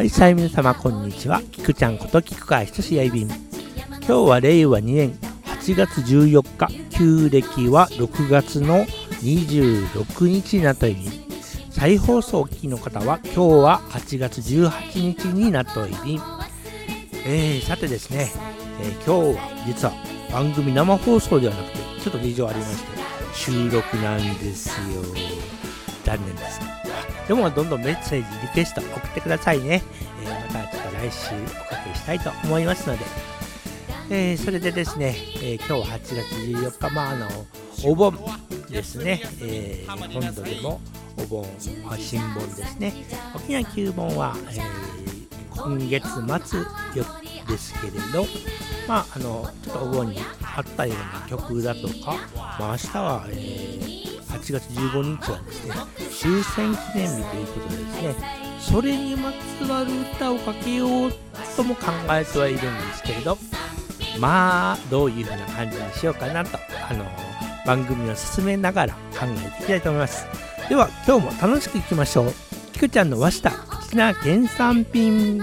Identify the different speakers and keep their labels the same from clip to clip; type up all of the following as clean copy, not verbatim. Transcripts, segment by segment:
Speaker 1: はい、さあ皆様こんにちは。きくちゃんこと菊川仁やいびん。今日は令和2年8月14日、旧暦は6月の26日になったように、再放送をお聞きの方は今日は8月18日になったように、さてですね、今日は実は番組生放送ではなくてちょっと事情ありまして収録なんですよ。残念です。でもどんどんメッセージリクエスト送ってくださいね。またちょっと来週おかけしたいと思いますので、それでですね、今日は8月14日、お盆ですね、本土でもお盆、新盆ですね。沖縄旧盆は、今月末ですけれど、ちょっとお盆にあったような曲だとか、明日は、8月15日はですね、終戦記念日ということでですね、それにまつわる歌をかけようとも考えてはいるんですけれど、どういう風な感じにしようかなと、番組を進めながら考えていきたいと思います。では今日も楽しくいきましょう。きくちゃんの和下沖縄県産品。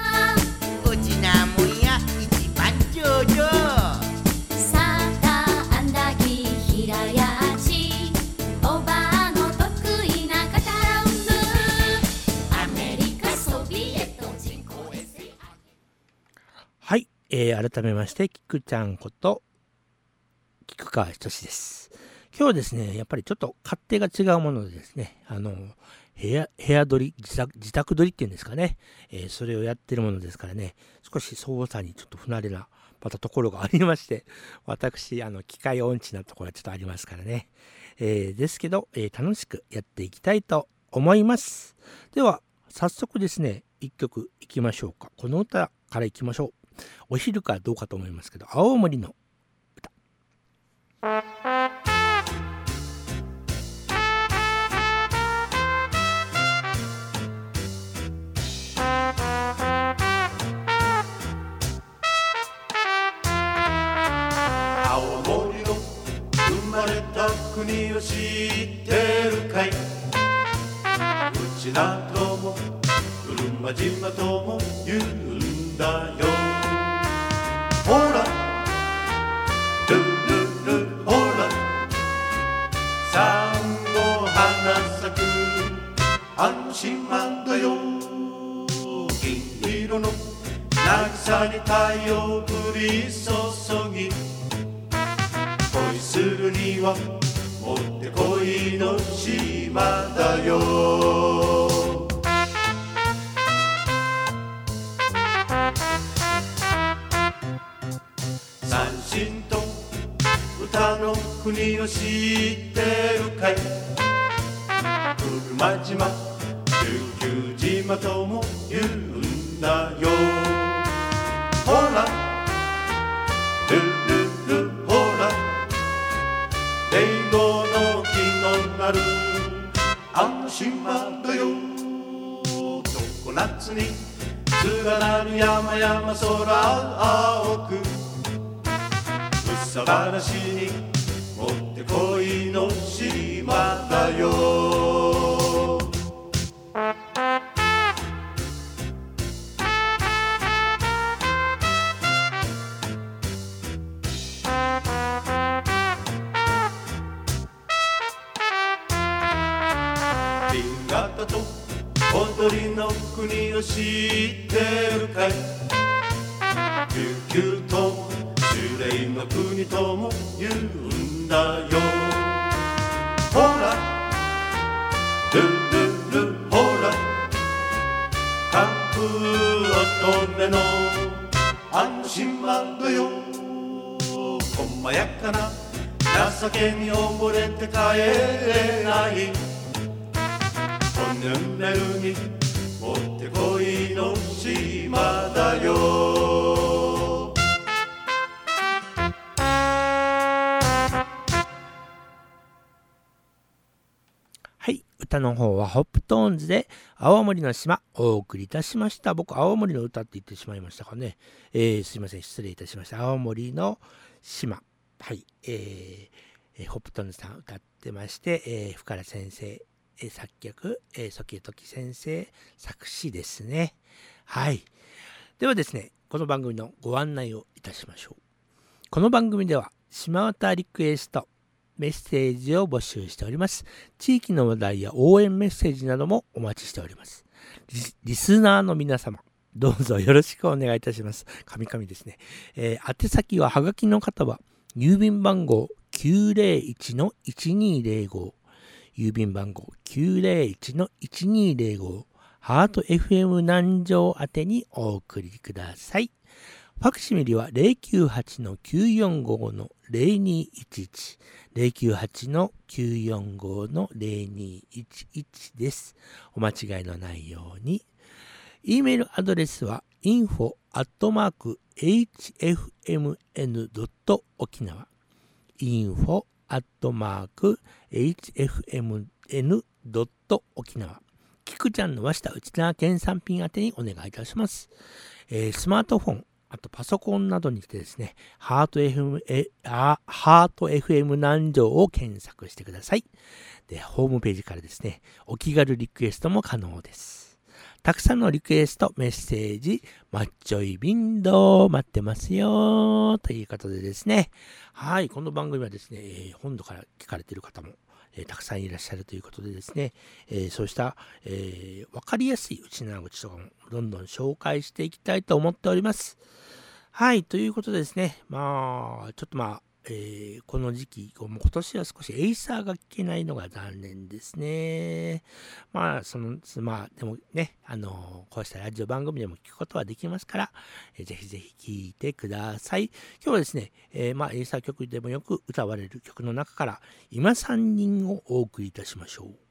Speaker 1: はい、改めましてきくちゃんこと菊川仁です。今日はですね、やっぱりちょっと勝手が違うものでですね、部屋撮り、自宅撮りっていうんですかね、それをやってるものですからね、少し操作にちょっと不慣れなまたところがありまして、私機械音痴なところはちょっとありますからね、ですけど、楽しくやっていきたいと思います。では早速ですね、一曲いきましょうか。この歌からいきましょう。お昼かどうかと思いますけど、青森の歌。
Speaker 2: 青森の生まれた国を知ってるかい。内灘も車島とも言うんだよ。ほらルルルほらサンゴ花咲くあの島だよ。銀色の渚に太陽降り注ぎ、恋するにはもってこいの島だよ。三振と歌の国を知ってるかい。車島、琉球島とも言うんだよ。ほらルルルほらレイゴの木のなるあの島だよ。常夏に連なる山々空青く、うさ話にもってこいの島だよ。新潟と踊りの国を知ってるかい。琉球とも守礼の国とも言うんだよ。ほらルルルほら寒風乙女のあの島だよ。細やかな情けに溺れて帰れないトンネルにもってこいの島だよ。
Speaker 1: はい、歌の方はホップトーンズで青森の島お送りいたしました。僕青森の歌って言ってしまいましたかね。すいません、失礼いたしました。青森の島、はい、ホップトーンズさん歌ってまして、深良先生作曲、ソキエトキ先生作詞ですね。 はい。ではですね、この番組のご案内をいたしましょう。この番組では島唄リクエスト、メッセージを募集しております。地域の話題や応援メッセージなどもお待ちしております。リスナーの皆様、どうぞよろしくお願いいたします。神々ですね。宛先ははがきの方は郵便番号 901-1205 郵便番号 901-1205 ハート FM 南城宛てにお送りください。ファクシミリは 098-945-0211 098-945-0211 です。お間違いのないように。E メールアドレスは info@hfmn.okinawa info@hfmn.okinawa キクちゃんの和下内縄県産品宛てにお願いいたします。スマートフォン、あとパソコンなどにてですね、ハート FM 南城を検索してください。で、ホームページからですね、お気軽リクエストも可能です。たくさんのリクエスト、メッセージ、マッチョイビンド待ってますよということでですね。はい、この番組はですね、本土から聞かれている方も、たくさんいらっしゃるということでですね、そうした、わかりやすい内縄口とかもどんどん紹介していきたいと思っております。はい、ということでですね、ちょっとこの時期、もう今年は少しエイサーが聞けないのが残念ですね。でもね、こうしたラジオ番組でも聞くことはできますから、ぜひぜひ聞いてください。今日はですね、エイサー曲でもよく歌われる曲の中から、今3人をお送りいたしましょう。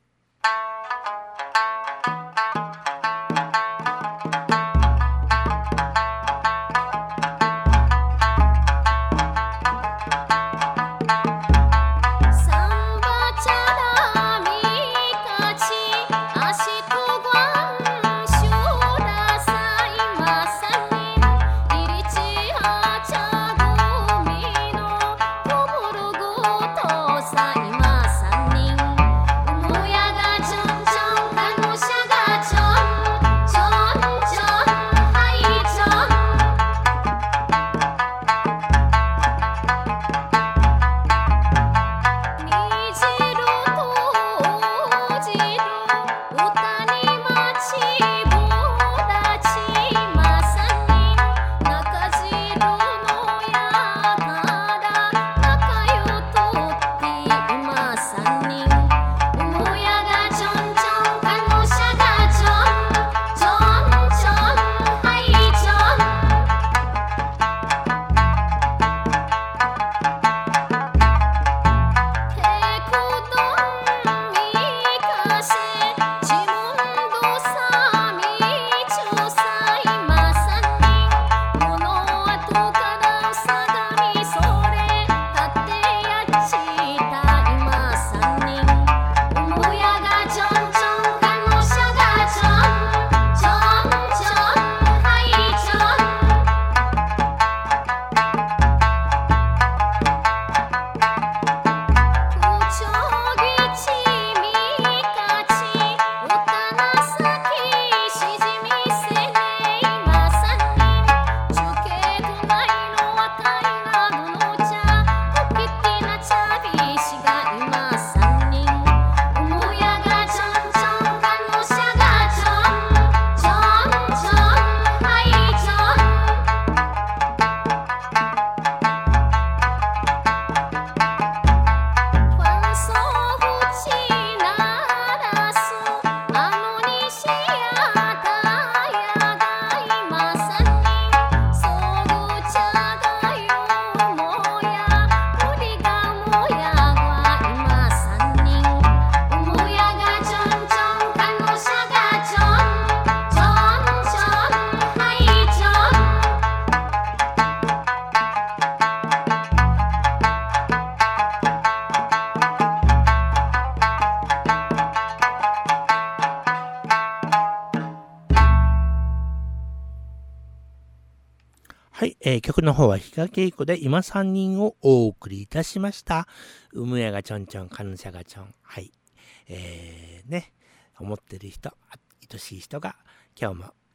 Speaker 1: はい、曲の方は比嘉恵子で今3人をお送りいたしました。うむやがちょんちょん、かぬしゃがちょん。はい。思ってる人、愛しい人が今日も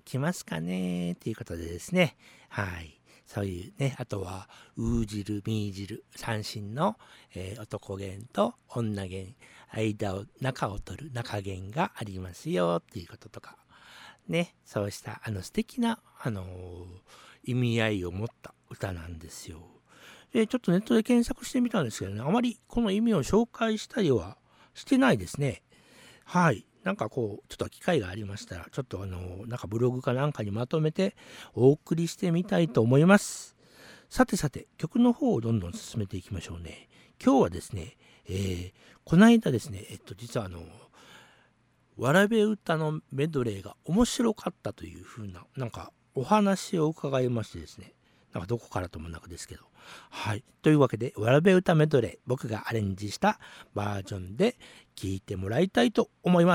Speaker 1: 来ますかねということでですね、はい。そういうね、あとは、う汁、み汁、三心の、男弦と女弦、中を取る中弦がありますよっていうこととか、ね、そうした素敵な、意味合いを持った歌なんですよ。で、ちょっとネットで検索してみたんですけどね、あまりこの意味を紹介したりはしてないですね。はい。なんかこう、ちょっと機会がありましたら、ちょっとなんかブログかなんかにまとめてお送りしてみたいと思います。さてさて、曲の方をどんどん進めていきましょうね。今日はですね、この間ですね、実はわらべ歌のメドレーが面白かったという風な、なんかお話を伺いましてですね、なんかどこからともなくですけど。はい。というわけで、わらべ歌メドレー、僕がアレンジしたバージョンで聴いてもらいたいと思います。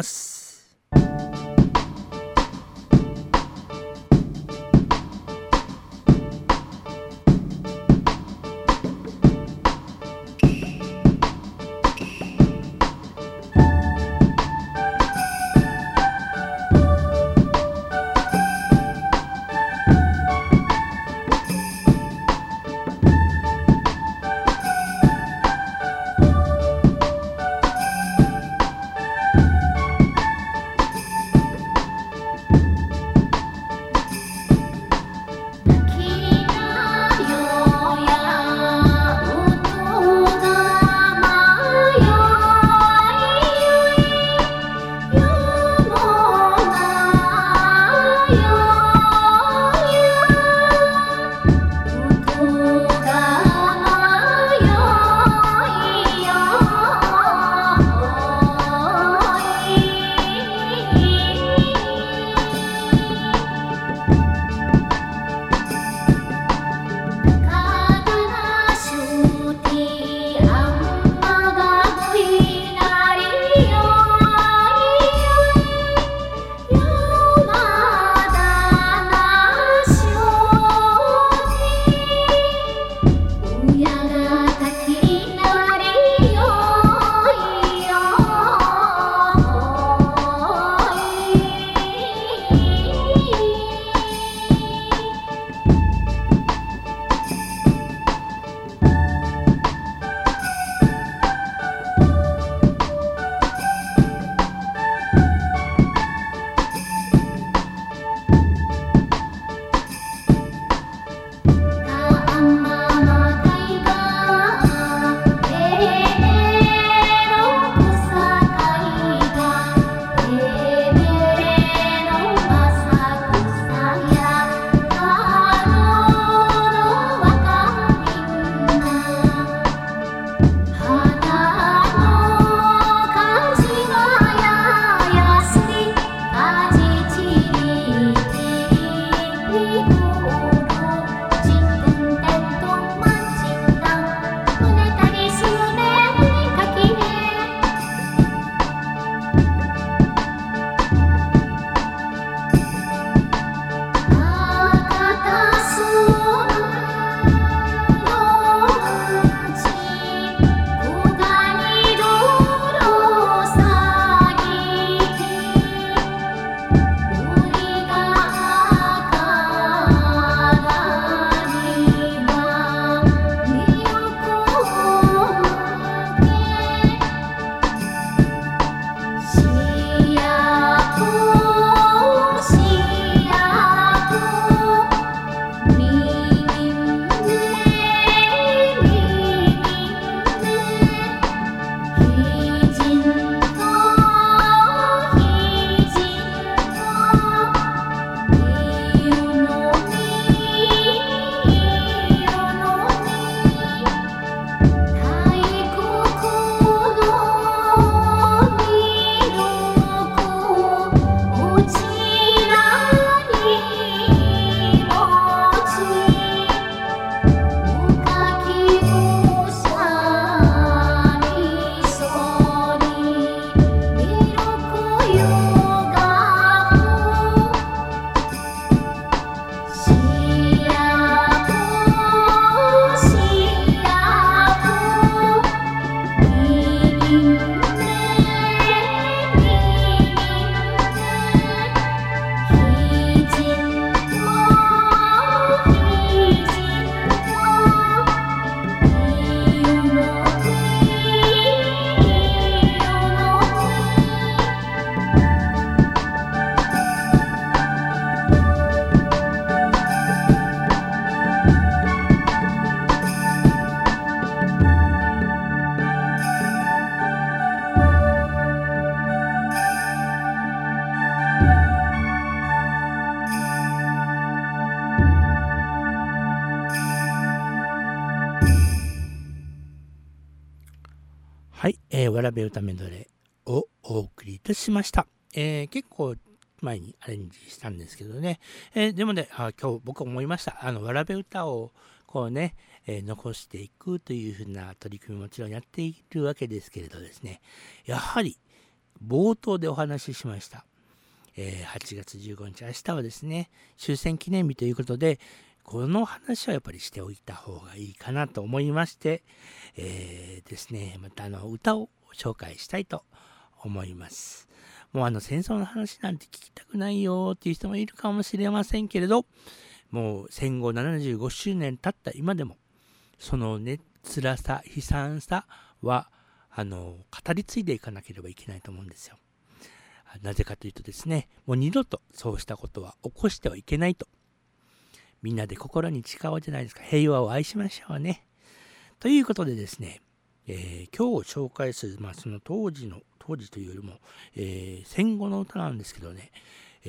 Speaker 1: べ歌メドレーをお送りいたしました。結構前にアレンジしたんですけどね。でもね、今日僕思いました。わらべ歌をこうね、残していくというふうな取り組みもちろんやっているわけですけれどですね、やはり冒頭でお話ししました。8月15日、明日はですね、終戦記念日ということで、この話はやっぱりしておいた方がいいかなと思いまして、ですね、また歌を紹介したいと思います。もう戦争の話なんて聞きたくないよっていう人もいるかもしれませんけれど、もう戦後75周年経った今でも、そのね、辛さ、悲惨さは、語り継いでいかなければいけないと思うんですよ。なぜかというとですね、もう二度とそうしたことは起こしてはいけないと。みんなで心に誓おうじゃないですか。平和を愛しましょうね。ということでですね、今日紹介する、その当時というよりも、戦後の歌なんですけどね、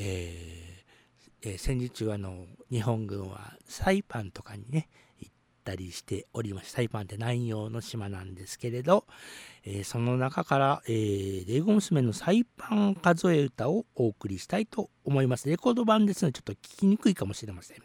Speaker 1: 戦時中日本軍はサイパンとかにね、行ったりしておりました。サイパンって南洋の島なんですけれど、その中から、レイゴ娘のサイパン数え歌をお送りしたいと思います。レコード版ですのでちょっと聞きにくいかもしれません。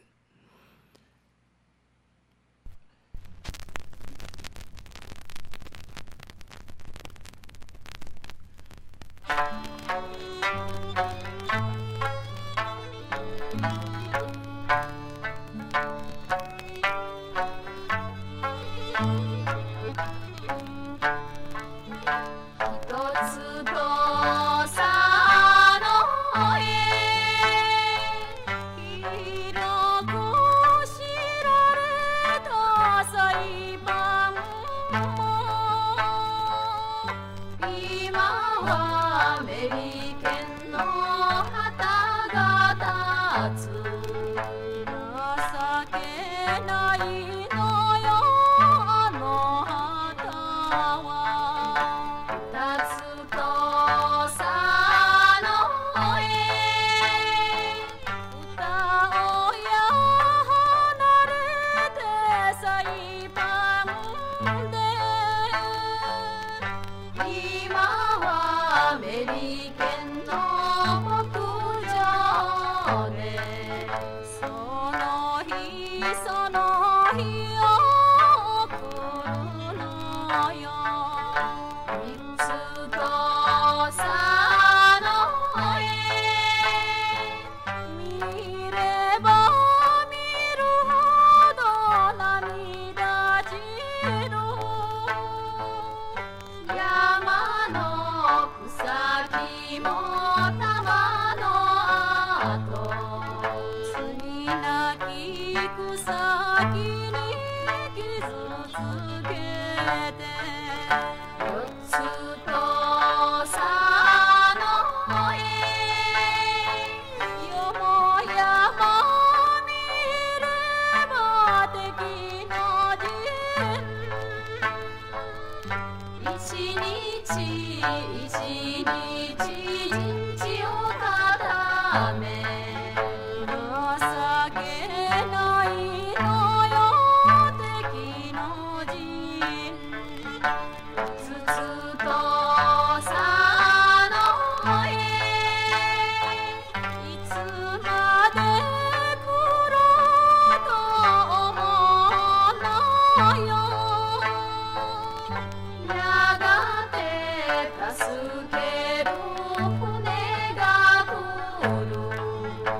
Speaker 3: 助ける船が来る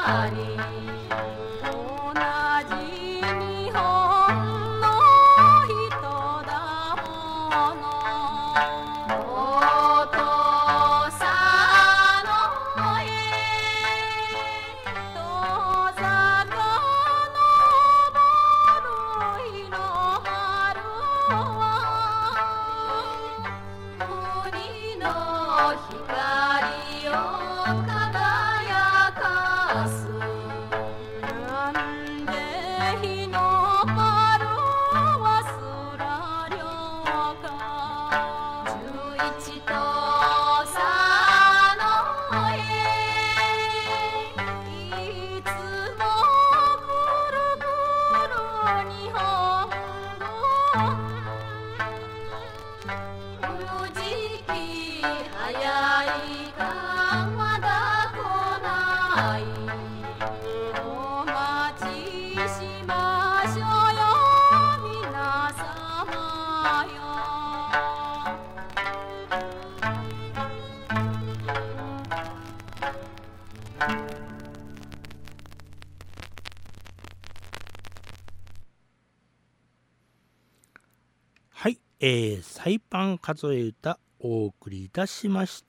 Speaker 1: はい、サイパン数え歌お送りいたしました。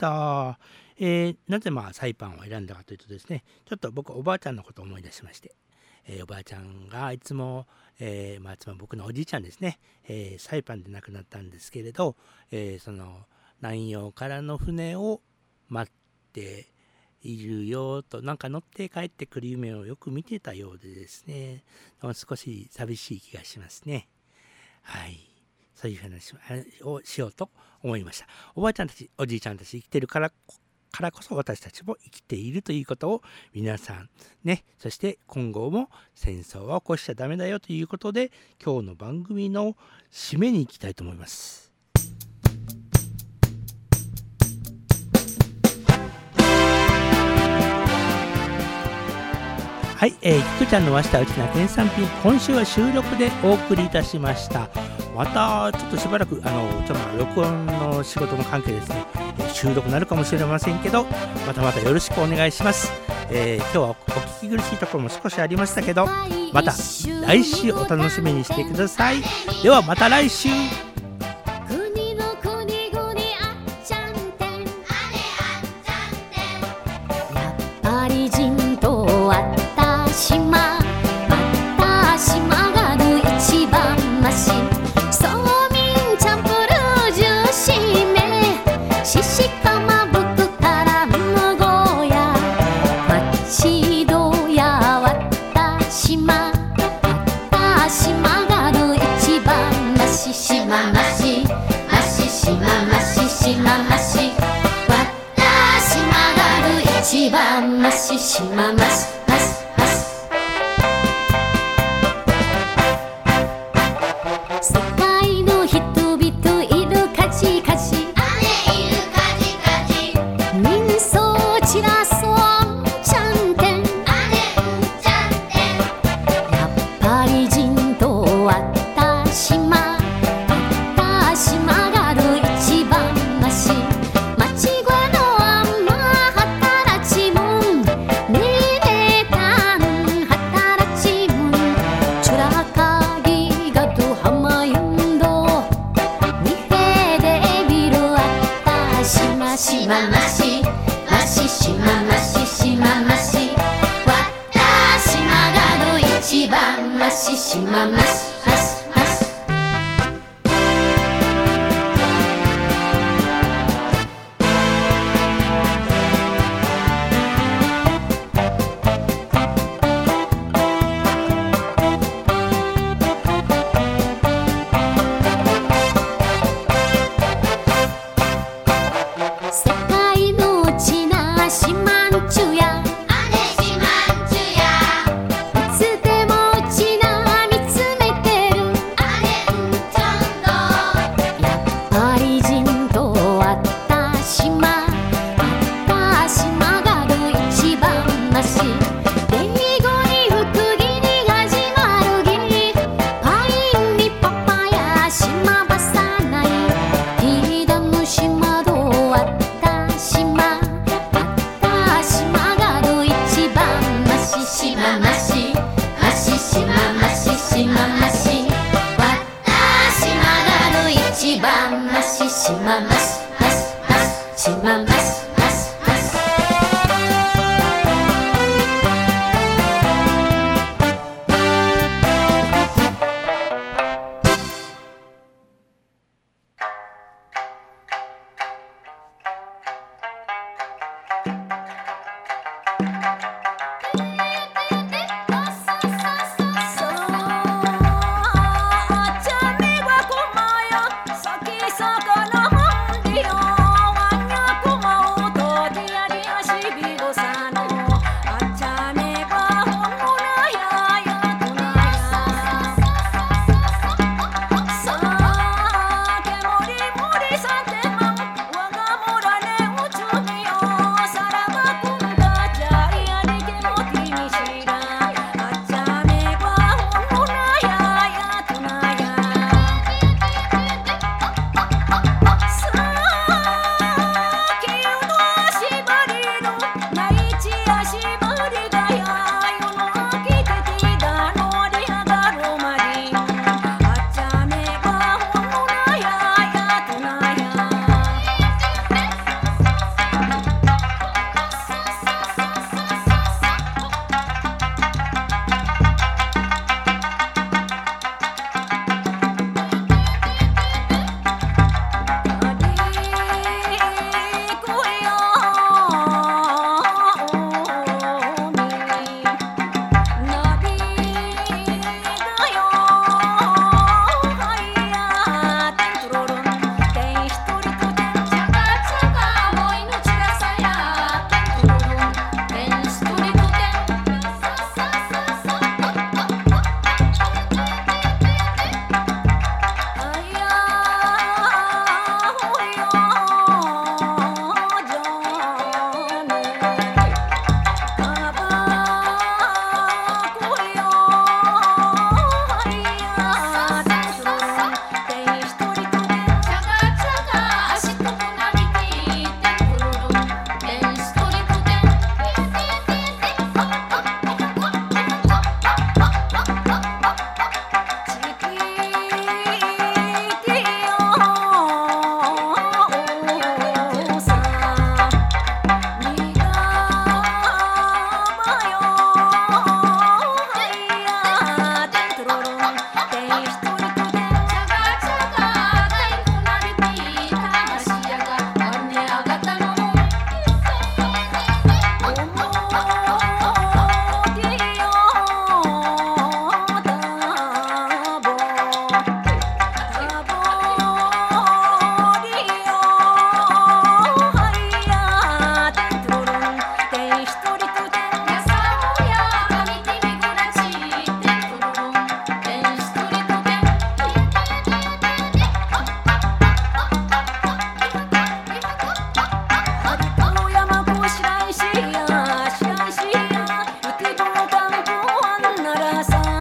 Speaker 1: なぜサイパンを選んだかというとですね、ちょっと僕おばあちゃんのことを思い出しまして、おばあちゃんがいつも、つまり僕のおじいちゃんですね、サイパンで亡くなったんですけれど、その南洋からの船を待っているよと、なんか乗って帰ってくる夢をよく見てたようでですね、少し寂しい気がしますね。はい、そういう話をしようと思いました。おばあちゃんたちおじいちゃんたち生きてるからこそ私たちも生きているということを皆さんね、そして今後も戦争は起こしちゃダメだよということで、今日の番組の締めに行きたいと思います。はい、キクちゃんのわしたうちな原産品、今週は収録でお送りいたしました。またちょっとしばらく録音の仕事の関係ですね、収録になるかもしれませんけど、またよろしくお願いします。今日はお聞き苦しいところも少しありましたけど、また来週お楽しみにしてください。ではまた来週。世界の人々いるカチカチ、いるカチカチ、人相散らそうちゃんてん、やっぱり人と私まがる一番マシ、間違いのあんま働ちもんねえたん働ちもんちゅらかぎがとはまゆんどにへでビルあったしましまましまししままししままし私まがる一番まししままし